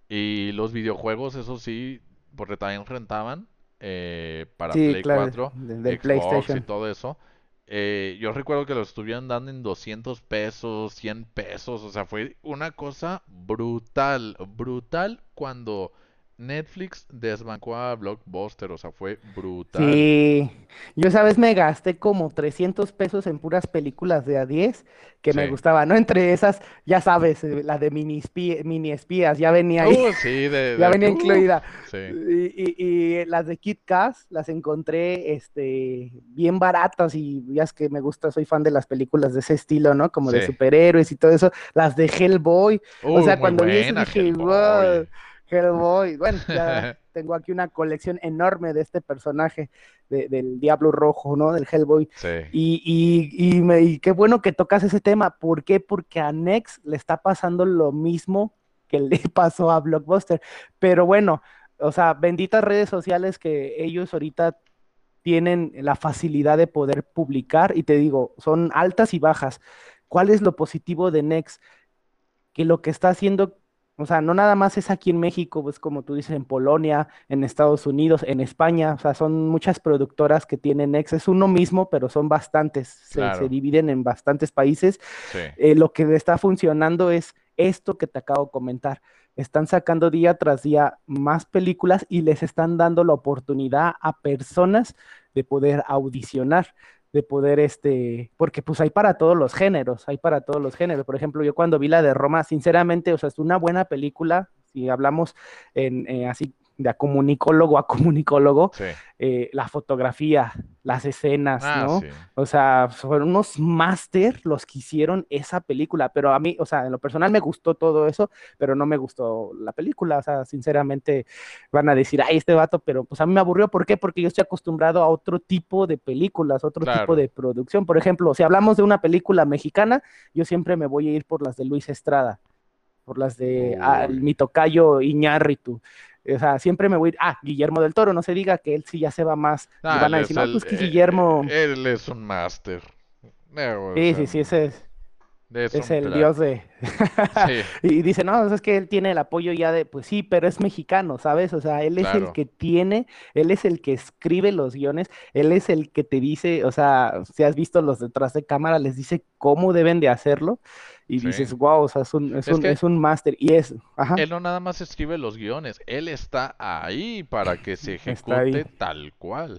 y los videojuegos, eso sí, porque también rentaban eh, para Sí, Play claro, cuatro, de- del Xbox y PlayStation. todo eso. Eh, yo recuerdo que los estuvieron dando en doscientos pesos, cien pesos, o sea, fue una cosa brutal, brutal cuando Netflix desbancó a Blockbuster, o sea, fue brutal. Sí, yo esa vez me gasté como trescientos pesos en puras películas de a diez que me Sí. gustaban, ¿no? Entre esas, ya sabes, eh, la de mini, espí- mini espías, ya venía ahí, Uh, sí, de, ya de, venía uh, incluida. sí, Y, y- y las de Kit Kat las encontré este, bien baratas y ya es que me gusta, soy fan de las películas de ese estilo, ¿no? Como de sí. superhéroes y todo eso. Las de Hellboy, o Uh, sea, muy cuando vi eso buena, dije, wow, Hellboy. Hellboy. Bueno, ya tengo aquí una colección enorme de este personaje de- del Diablo Rojo, ¿no? Del Hellboy. Sí, Y, y, y, me- y qué bueno que tocas ese tema. ¿Por qué? Porque a Nex le está pasando lo mismo que le pasó a Blockbuster. Pero bueno, o sea, benditas redes sociales que ellos ahorita tienen la facilidad de poder publicar y te digo, son altas y bajas. ¿Cuál es lo positivo de Next? Que lo que está haciendo, o sea, no nada más es aquí en México, pues como tú dices, en Polonia, en Estados Unidos, en España, o sea, son muchas productoras que tienen Next, es uno mismo, pero son bastantes, se, se claro, dividen en bastantes países. sí, Eh, lo que está funcionando es esto que te acabo de comentar. Están sacando día tras día más películas y les están dando la oportunidad a personas de poder audicionar, de poder, este, porque pues hay para todos los géneros, hay para todos los géneros. Por ejemplo, yo cuando vi la de Roma, sinceramente, o sea, es una buena película, si hablamos en, eh, así de a comunicólogo a comunicólogo, sí. eh, la fotografía, las escenas, Ah, ¿no? sí, O sea, fueron unos máster los que hicieron esa película, pero a mí, o sea, en lo personal me gustó todo eso, pero no me gustó la película, o sea, sinceramente van a decir, ay, este vato, pero pues a mí me aburrió, ¿por qué? Porque yo estoy acostumbrado a otro tipo de películas, otro tipo claro. de producción. Por ejemplo, si hablamos de una película mexicana, yo siempre me voy a ir por las de Luis Estrada, por las de ah, Uy. mi tocayo Iñárritu. O sea, siempre me voy a ir, ah, Guillermo del Toro, no se diga que él sí ya se va más, y Ah, van él a decir, es no, el, pues que eh, Guillermo, él es un máster. Eh, o sí, sea, sí, sí, ese es, es es un el dios crack. de... Sí, y dice, no, es que él tiene el apoyo ya de, pues sí, pero es mexicano, ¿sabes? O sea, él es el claro. que tiene, él es el que escribe los guiones, él es el que te dice, o sea, si has visto los detrás de cámara, les dice cómo deben de hacerlo y Sí. dices, wow, o sea, es un, es Es un, que es un máster y es, ajá, él no nada más escribe los guiones, él está ahí para que se está ahí. ejecute tal cual.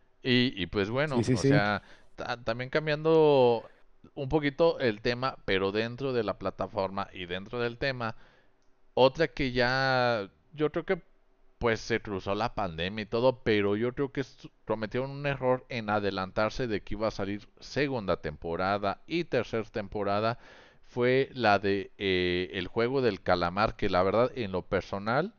Y, y pues Sí, bueno, sí, o sí. sea, ta- también cambiando un poquito el tema, pero dentro de la plataforma y dentro del tema, otra que ya, yo creo que pues se cruzó la pandemia y todo, pero yo creo que es- cometieron un error en adelantarse de que iba a salir segunda temporada y tercera temporada, fue la de eh, el juego del calamar, que la verdad en lo personal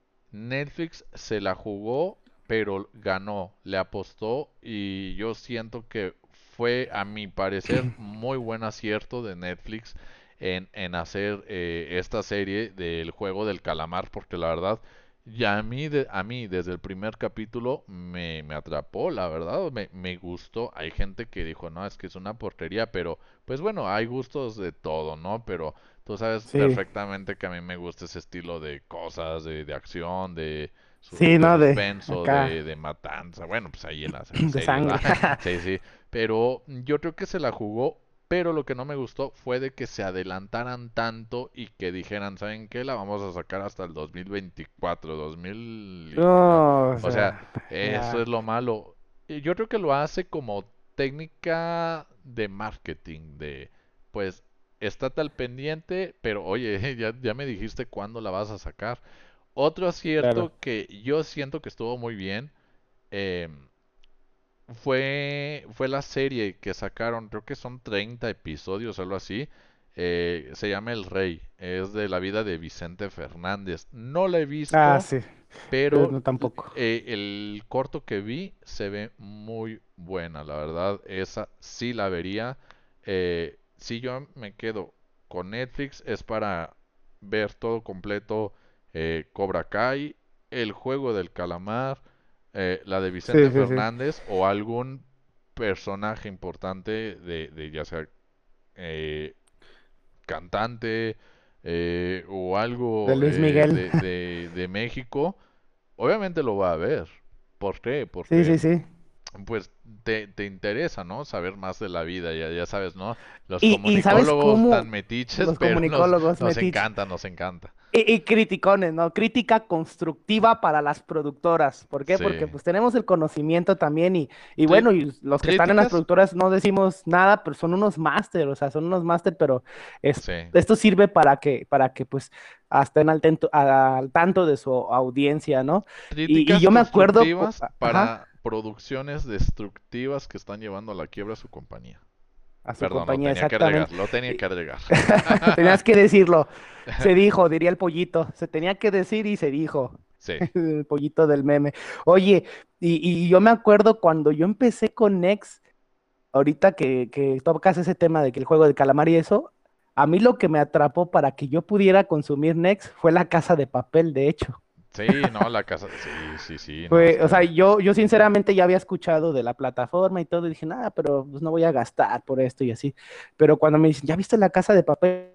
Netflix se la jugó, pero ganó, le apostó y yo siento que fue, a mi parecer, muy buen acierto de Netflix en, en hacer eh, esta serie del juego del calamar, porque la verdad, ya a mí, de- a mí desde el primer capítulo me, me atrapó, la verdad, me, me gustó. Hay gente que dijo, no, es que es una porquería, pero pues bueno, hay gustos de todo, ¿no? Pero tú sabes Sí, perfectamente que a mí me gusta ese estilo de cosas, de, de acción, de, su- sí, de no, de suspenso, de, acá, de matanza. Bueno, pues ahí en la, en la de serie, sangre. ¿verdad? Sí, sí. Pero yo creo que se la jugó, pero lo que no me gustó fue de que se adelantaran tanto y que dijeran, ¿saben qué? La vamos a sacar hasta el dos mil veinticuatro, dos mil... y- no. No, o O sea, sea, eso ya. es lo malo. Y yo creo que lo hace como técnica de marketing, de pues estate al pendiente, pero oye, ya, ya me dijiste cuándo la vas a sacar. Otro Claro. acierto que yo siento que estuvo muy bien eh, fue, fue la serie que sacaron, creo que son treinta episodios, algo así. Eh, se llama El Rey, es de la vida de Vicente Fernández. No la he Ah, visto, sí. Yo pero no tampoco. eh, el corto que vi se ve muy buena, la verdad. Esa sí la vería. Eh, si yo me quedo con Netflix es para ver todo completo eh, Cobra Kai, El Juego del Calamar, eh, la de Vicente Sí, sí, sí. Fernández o algún personaje importante de, de ya sea eh, cantante eh, o De algo Luis eh, Miguel. de, de, de México. Obviamente lo va a ver. ¿Por qué? Sí, Porque sí, sí. pues te, te interesa, ¿no? Saber más de la vida, ya, ya sabes, ¿no? Los Y, y ¿sabes comunicólogos tan cómo metiches, los pero nos, comunicólogos, nos Metich? encanta, nos encanta. Y, y criticones, ¿no? Crítica constructiva para las productoras. ¿Por qué? Porque Sí. pues tenemos el conocimiento también y, y Cri- bueno, y los que están en las críticas, productoras no decimos nada, pero son unos máster, o sea, son unos máster, pero es, sí. esto sirve para que, para que pues estén al, tento- al tanto de su audiencia, ¿no? Y, y Críticas yo me acuerdo, cu- constructivas ajá, para producciones destructivas que están llevando a la quiebra a su compañía. a su Perdón, lo compañía, tenía que regar, exactamente. lo tenía que regar. Tenías que decirlo. Se dijo, diría el pollito. Se tenía que decir y se dijo. Sí. El pollito del meme. Oye, y, y yo me acuerdo cuando yo empecé con Nex, ahorita que, que tocas ese tema de que el juego de calamar y eso, a mí lo que me atrapó para que yo pudiera consumir Nex fue La Casa de Papel, de hecho. Sí, no, la casa. Sí, sí, sí, no, Fue, o sea, está. yo, yo sinceramente ya había escuchado de la plataforma y todo, y dije, nada, pero pues no voy a gastar por esto y así. Pero cuando me dicen, ¿ya viste La Casa de Papel?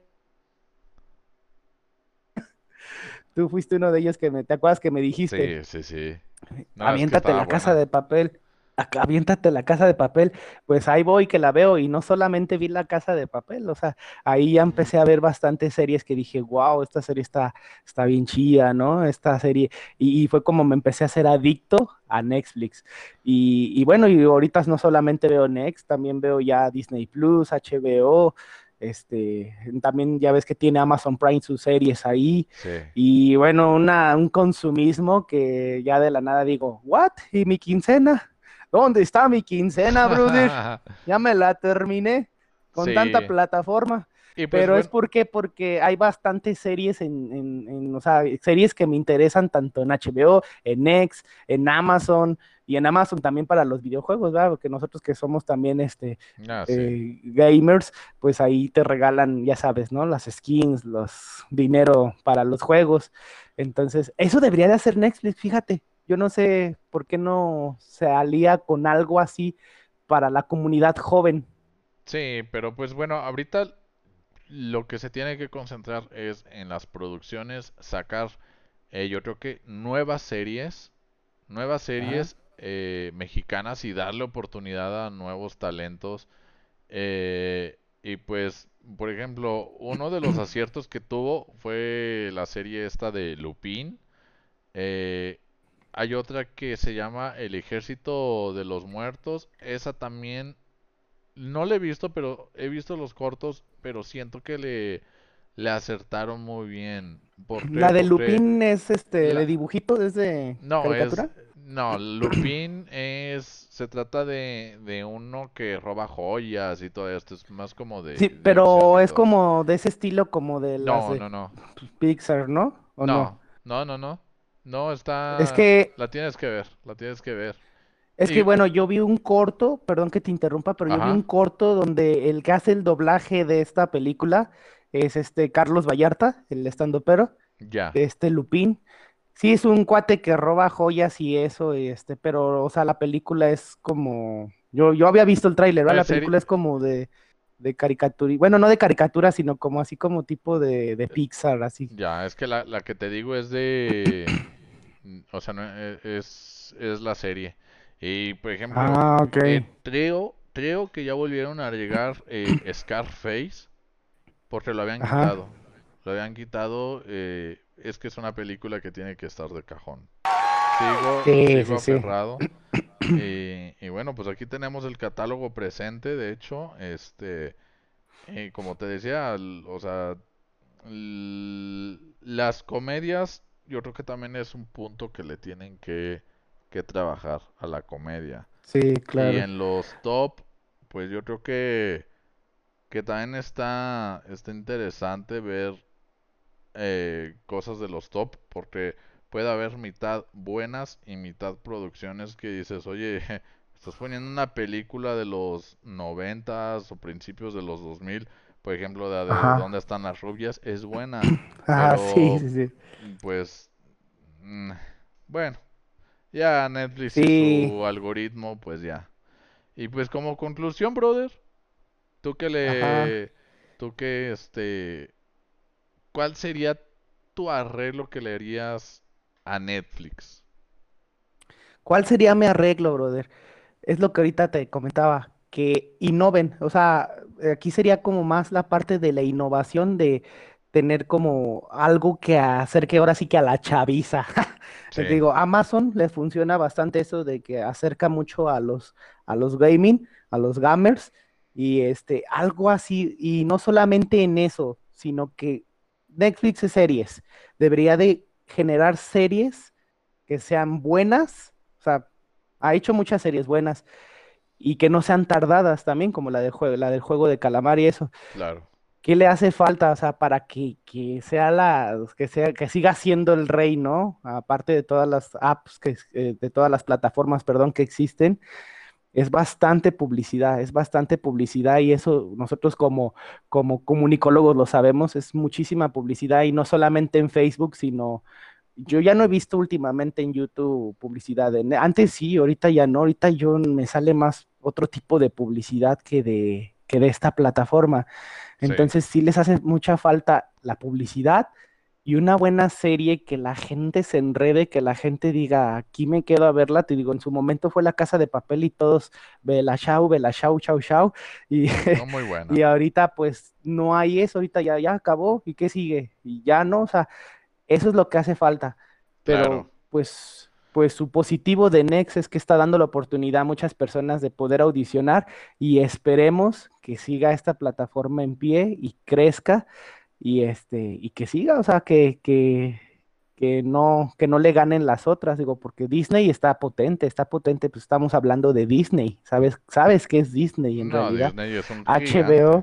Tú fuiste uno de ellos que me, ¿te acuerdas que me dijiste? Sí, sí, sí. No, es que Aviéntate estaba La Casa buena. de Papel. Acá, aviéntate La Casa de Papel. Pues ahí voy que la veo y no solamente vi La Casa de Papel, o sea, ahí ya empecé a ver bastantes series que dije, wow, esta serie está, está bien chida, ¿no? Esta serie. Y, y fue como me empecé a ser adicto a Netflix. Y, y bueno, y ahorita no solamente veo Next, también veo ya Disney Plus, H B O. Este, también ya ves que tiene Amazon Prime sus series ahí. Sí. Y bueno, una, un consumismo que ya de la nada digo, ¿what? ¿Y mi quincena? ¿Dónde está mi quincena, brother? Ya me la terminé con tanta Sí. plataforma. Y pues Pero es bueno, porque, porque hay bastantes series en, en, en, o sea, series que me interesan tanto en H B O, en X, en Amazon, y en Amazon también para los videojuegos, ¿verdad? Porque nosotros que somos también este, ah, sí. eh, gamers, pues ahí te regalan, ya sabes, ¿no? Las skins, los dinero para los juegos. Entonces, eso debería de hacer Netflix, fíjate. Yo no sé por qué no se alía con algo así para la comunidad joven. Sí, pero pues bueno, ahorita lo que se tiene que concentrar es en las producciones, sacar, eh, yo creo que nuevas series, nuevas Ajá. series eh, mexicanas y darle oportunidad a nuevos talentos. Eh, y pues, por ejemplo, uno de los aciertos que tuvo fue la serie esta de Lupin. Eh, Hay otra que se llama El Ejército de los Muertos. Esa también no la he visto, pero he visto los cortos, pero siento que le, le acertaron muy bien. ¿Por qué? La de Porque Lupin es este de la... dibujito, es de No, es... caricatura. No, Lupin es... Se trata de, de uno que roba joyas y todo esto. Es más como de, Sí, de acción pero y es todo. como de ese estilo como de las No, de no, no. Pixar, ¿no? ¿O no? No, no, no, no. No, Es está... que La tienes que ver, la tienes que ver. Es que Y... bueno, yo vi un corto, perdón que te interrumpa, pero yo vi un Ajá, corto donde el que hace el doblaje de esta película es este Carlos Vallarta, el estandopero, ya. de este Lupín. Sí, es un cuate que roba joyas y eso, y este, pero, o sea, la película es como, yo, yo había visto el tráiler, ¿verdad? Eh, La seri- película es como de, de caricatura, bueno, no de caricatura, sino como así como tipo de, de Pixar, así. Ya, es que la, la que te digo es de... mm, O sea, no, e- es, es la serie. Y, por ejemplo, Ah, ok. eh, creo, creo que ya volvieron a llegar eh, Scarface porque lo habían Ajá. quitado. Lo habían quitado. Eh, es que es una película que tiene que estar de cajón. Sigo, Sí, sigo sí, sí. aferrado. Y, y bueno, pues aquí tenemos el catálogo presente, de hecho, este, eh, como te decía, l- o sea, l- las comedias, yo creo que también es un punto que le tienen que, que trabajar a la comedia. Sí, Y claro. en los top, pues yo creo que, que también está, está interesante ver eh, cosas de los top, porque puede haber mitad buenas y mitad producciones que dices, oye, estás poniendo una película de los noventas o principios de los dos mil, por ejemplo, la de Ajá. ¿Dónde están las rubias? Es buena, Ah, sí, pero sí, sí. pues, mm, bueno, ya Netflix y Sí, su algoritmo, pues ya. Y pues como conclusión, brother, tú que ajá. le, tú que este ¿cuál sería tu arreglo que le harías a Netflix? ¿Cuál sería mi arreglo, brother? Es lo que ahorita te comentaba, que innoven. O sea, eh, aquí sería como más la parte de la innovación de tener como algo que acerque ahora sí que a la chaviza. Te Sí, digo, Amazon le funciona bastante eso de que acerca mucho a los, a los gaming, a los gamers, y este, algo así, y no solamente en eso, sino que Netflix es series. Debería de generar series que sean buenas, o sea, ha hecho muchas series buenas y que no sean tardadas también, como la del juego, la del juego de calamar y eso. claro. ¿Qué le hace falta, o sea, para que, que sea la, que sea, que siga siendo el rey, ¿no? Aparte de todas las apps que, eh, de todas las plataformas, perdón, que existen, es bastante publicidad, es bastante publicidad y eso nosotros como, como comunicólogos lo sabemos, es muchísima publicidad y no solamente en Facebook, sino yo ya no he visto últimamente en YouTube publicidad. de ne- Antes sí, ahorita ya no. Ahorita yo me sale más otro tipo de publicidad que de, que de esta plataforma. Sí, Entonces sí les hace mucha falta la publicidad y una buena serie que la gente se enrede, que la gente diga, aquí me quedo a verla. Te digo, en su momento fue La Casa de Papel y todos, Bella Shau, Bella Shau, Chau, Chau. Y, no muy y buena. ahorita pues no hay eso, ahorita ya, ya acabó. ¿Y qué sigue? Y ya no, o sea. Eso es lo que hace falta. Claro, Pero pues, pues su positivo de Next es que está dando la oportunidad a muchas personas de poder audicionar y esperemos que siga esta plataforma en pie y crezca y este y que siga, o sea, que, que, que no, que no le ganen las otras, digo, porque Disney está potente, está potente, pues estamos hablando de Disney, ¿sabes? ¿Sabes qué es Disney en no, realidad? Disney es un gigante. H B O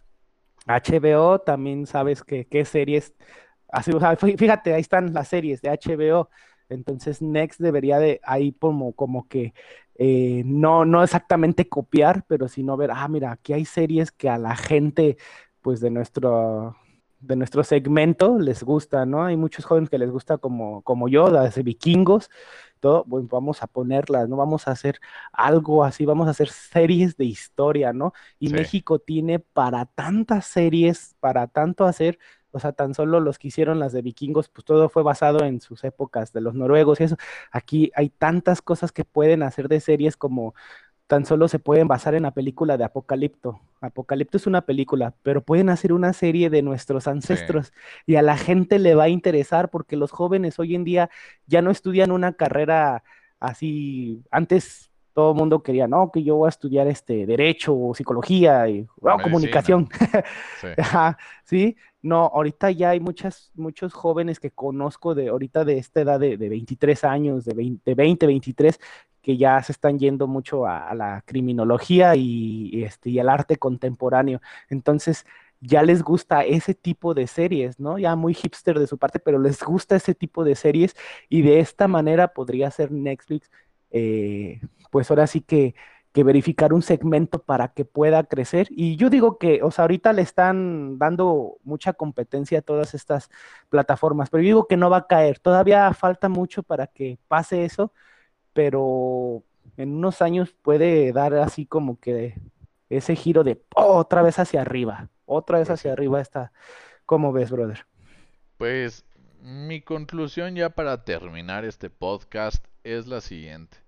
H B O también sabes que qué series, así, o sea, fí- fíjate, ahí están las series de H B O. Entonces Next debería de ahí como, como que eh, no, no exactamente copiar, pero sino ver, ah, mira, aquí hay series que a la gente, pues de nuestro, de nuestro segmento les gusta, ¿no? Hay muchos jóvenes que les gusta como, como yo, las de vikingos, todo, bueno, vamos a ponerlas, ¿no? Vamos a hacer algo así, vamos a hacer series de historia, ¿no? Y Sí, México tiene para tantas series, para tanto hacer, o sea, tan solo los que hicieron las de vikingos, pues todo fue basado en sus épocas de los noruegos y eso. Aquí hay tantas cosas que pueden hacer de series como tan solo se pueden basar en la película de Apocalipto. Apocalipto es una película, pero pueden hacer una serie de nuestros sí, ancestros y a la gente le va a interesar porque los jóvenes hoy en día ya no estudian una carrera así. Antes todo el mundo quería, no, que yo voy a estudiar este derecho o psicología y o oh, medicina. comunicación. Sí, Ajá, sí, no, ahorita ya hay muchas, muchos jóvenes que conozco de ahorita de esta edad de, de veintitrés años, de veinte, de veinte, veintitrés, que ya se están yendo mucho a, a la criminología y, y este, y al arte contemporáneo. Entonces, ya les gusta ese tipo de series, ¿no? Ya muy hipster de su parte, pero les gusta ese tipo de series y de esta manera podría ser Netflix, eh, pues ahora sí que que verificar un segmento para que pueda crecer. Y yo digo que, o sea, ahorita le están dando mucha competencia a todas estas plataformas, pero yo digo que no va a caer. Todavía falta mucho para que pase eso, pero en unos años puede dar así como que ese giro de oh, otra vez hacia arriba, otra vez pues sí. hacia arriba está. ¿Cómo ves, brother? Pues mi conclusión ya para terminar este podcast es la siguiente.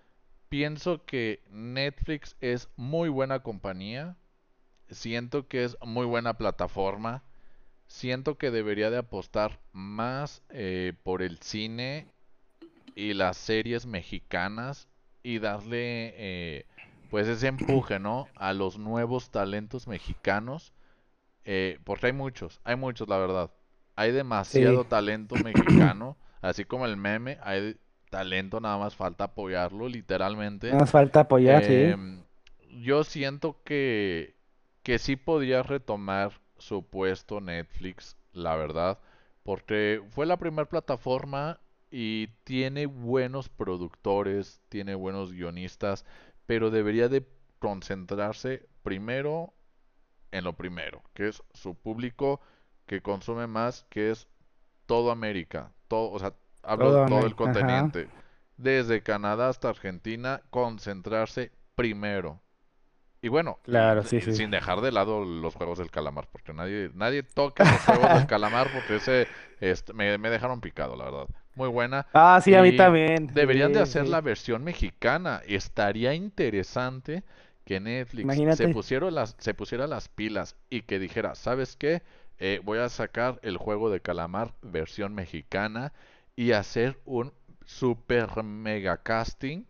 Pienso que Netflix es muy buena compañía. Siento que es muy buena plataforma. Siento que debería de apostar más eh, por el cine y las series mexicanas y darle eh, pues ese empuje, ¿no? A los nuevos talentos mexicanos, eh, porque hay muchos, hay muchos, la verdad. Hay Sí, demasiado talento mexicano, así como el meme, hay talento, nada más falta apoyarlo, literalmente. nos falta apoyar, sí. Em, yo siento que, que sí podía retomar su puesto Netflix, la verdad, porque fue la primera plataforma y tiene buenos productores, tiene buenos guionistas, pero debería de concentrarse primero en lo primero, que es su público que consume más, que es todo América, todo, o sea, hablo de Todo todo el América, ajá. continente, desde Canadá hasta Argentina, concentrarse primero. Y bueno, y, Claro, sí, y sí. sin dejar de lado los juegos del calamar, porque nadie, nadie toque los juegos del calamar, porque ese este, me, me dejaron picado, la verdad. Muy buena. Ah, sí, a mí Y también. deberían de Sí, hacer sí. la versión mexicana. Estaría interesante que Netflix se Imagínate. pusiera las, se pusiera las pilas y que dijera, ¿sabes qué? Eh, voy a sacar el juego de calamar versión mexicana y hacer un super mega casting.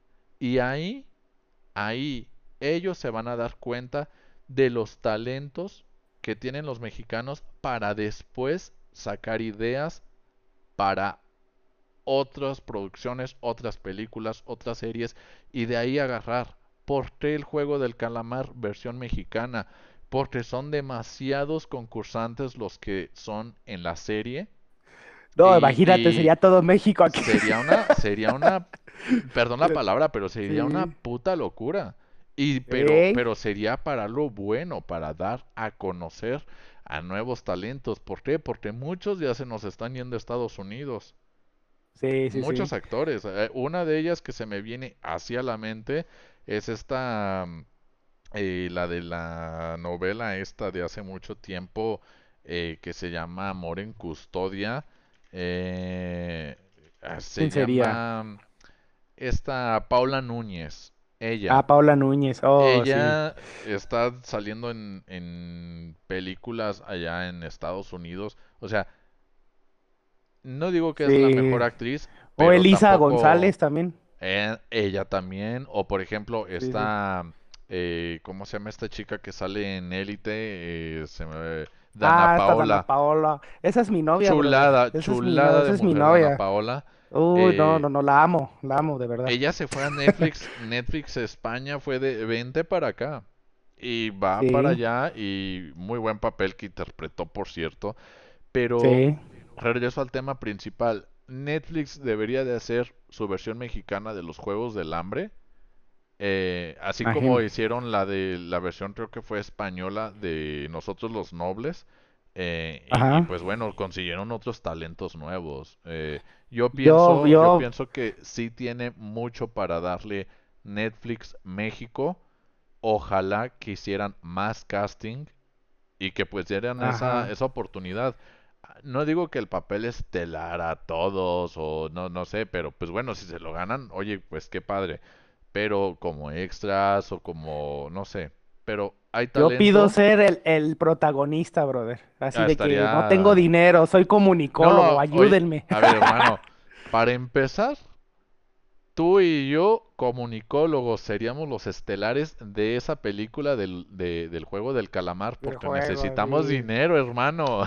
Y ahí ahí ellos se van a dar cuenta de los talentos que tienen los mexicanos para después sacar ideas para otras producciones, otras películas, otras series y de ahí agarrar. ¿Por qué el juego del calamar versión mexicana? Porque son demasiados concursantes los que son en la serie No, y, imagínate, y sería todo México aquí. sería una, sería una, perdón la palabra, pero sería una Sí. puta locura. Y pero, Ey. pero sería para lo bueno, para dar a conocer a nuevos talentos. ¿Por qué? Porque muchos ya se nos están yendo a Estados Unidos. Sí, sí, Muchos sí. actores. Eh, una de ellas que se me viene hacia la mente es esta, mm, eh, la de la novela esta de hace mucho tiempo eh, que se llama Amor en Custodia. Eh, ah, se ¿Quién sería? llama esta Paula Núñez. Ella. Ah, Paula Núñez. Oh, sí. Ella está saliendo en, en películas allá en Estados Unidos. O sea, no digo que es la mejor Sí. actriz, O pero Elisa tampoco González también. eh, ella también. O por ejemplo, Sí, sí. esta, eh, ¿cómo se llama esta chica que sale en Élite? Eh, se me- Dana Ah, está Dana Paola. Paola. Esa es mi novia, brother. Chulada, Esa es mi no, chulada de esa es mi mujer, Dana novia. Paola. Uy, no, Eh, no, no, la amo, la amo, de verdad. ella se fue a Netflix, Netflix España fue de vente para acá. Y va para Sí, allá y muy buen papel que interpretó, por cierto. Pero sí. regreso al tema principal. Netflix debería de hacer su versión mexicana de los Juegos del Hambre. Eh, así como Imagín. hicieron la de la versión creo que fue española de Nosotros los Nobles. Eh, y, y, Ajá. pues bueno, consiguieron otros talentos nuevos. Eh, yo Yo, pienso, yo yo, pienso que sí tiene mucho para darle Netflix México. Ojalá que hicieran más casting y que pues dieran esa, ajá. esa oportunidad. No digo que el papel estelar a todos o no, no sé, pero pues bueno, si se lo ganan, oye, pues qué padre. Pero como extras o como, no sé, pero hay Yo pido talento, ser el, el protagonista, brother. Así ah, de que no tengo estaría... dinero, soy comunicólogo, No, oye, ayúdenme. a ver hermano, para empezar, tú y yo, comunicólogos, seríamos los estelares de esa película del, de- del juego del calamar El porque juego, necesitamos sí. dinero, hermano.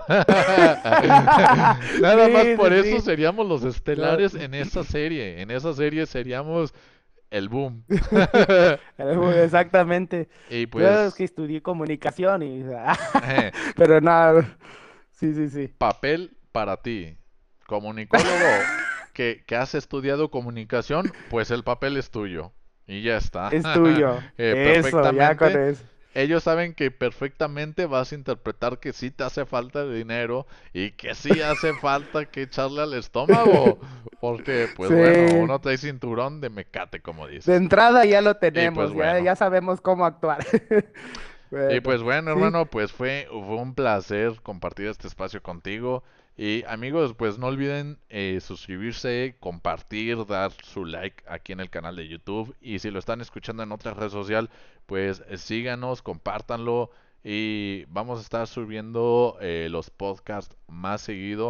Nada más Sí, por sí, eso sí. seríamos los No. estelares en esa serie. En esa serie seríamos el boom. Exactamente. Y Yo es que pues, estudié comunicación y... eh, Pero nada. Sí, sí, sí. papel para ti. Comunicólogo que, que has estudiado comunicación, pues el papel es tuyo. Y ya está. Es tuyo. Eh, Eso, ya con perfectamente. eso. Ellos saben que perfectamente vas a interpretar que sí te hace falta dinero y que sí hace falta que echarle al estómago. Porque, pues Sí. bueno, uno trae cinturón de mecate, como De dices. entrada ya lo Y pues tenemos, ya, bueno. ya sabemos cómo actuar. Y Bueno, pues bueno, sí. hermano, pues fue, fue un placer compartir este espacio contigo. Y amigos, pues no olviden eh, suscribirse, compartir, dar su like aquí en el canal de YouTube. Y si lo están escuchando en otra red social, pues eh, síganos, compártanlo. Y vamos a estar subiendo eh, los podcasts más seguido.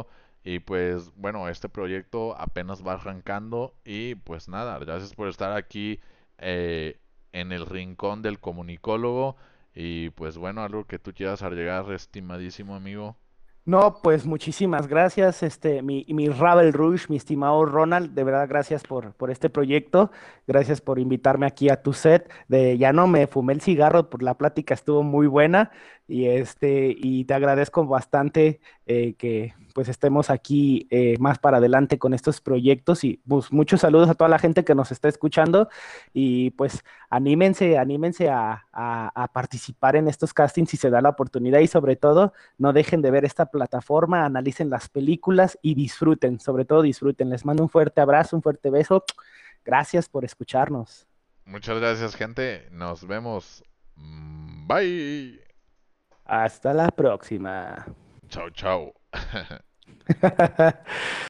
Y pues bueno, este proyecto apenas va arrancando y pues nada, gracias por estar aquí eh, en el rincón del comunicólogo. Y pues bueno, algo que tú quieras agregar, estimadísimo amigo. No, pues muchísimas gracias, este, mi, mi Ravel Rush, mi estimado Ronald, de verdad gracias por, por este proyecto, gracias por invitarme aquí a tu set, de ya no me fumé el cigarro, por la plática estuvo muy buena y este, y te agradezco bastante eh, que pues estemos aquí eh, más para adelante con estos proyectos y pues, muchos saludos a toda la gente que nos está escuchando y pues anímense, anímense a, a a participar en estos castings si se da la oportunidad y sobre todo no dejen de ver esta plataforma, analicen las películas y disfruten, sobre todo disfruten. Les mando un fuerte abrazo, un fuerte beso. Gracias por escucharnos. Muchas gracias, gente. Nos vemos. Mm, Bye. Hasta la próxima. Chao, chao.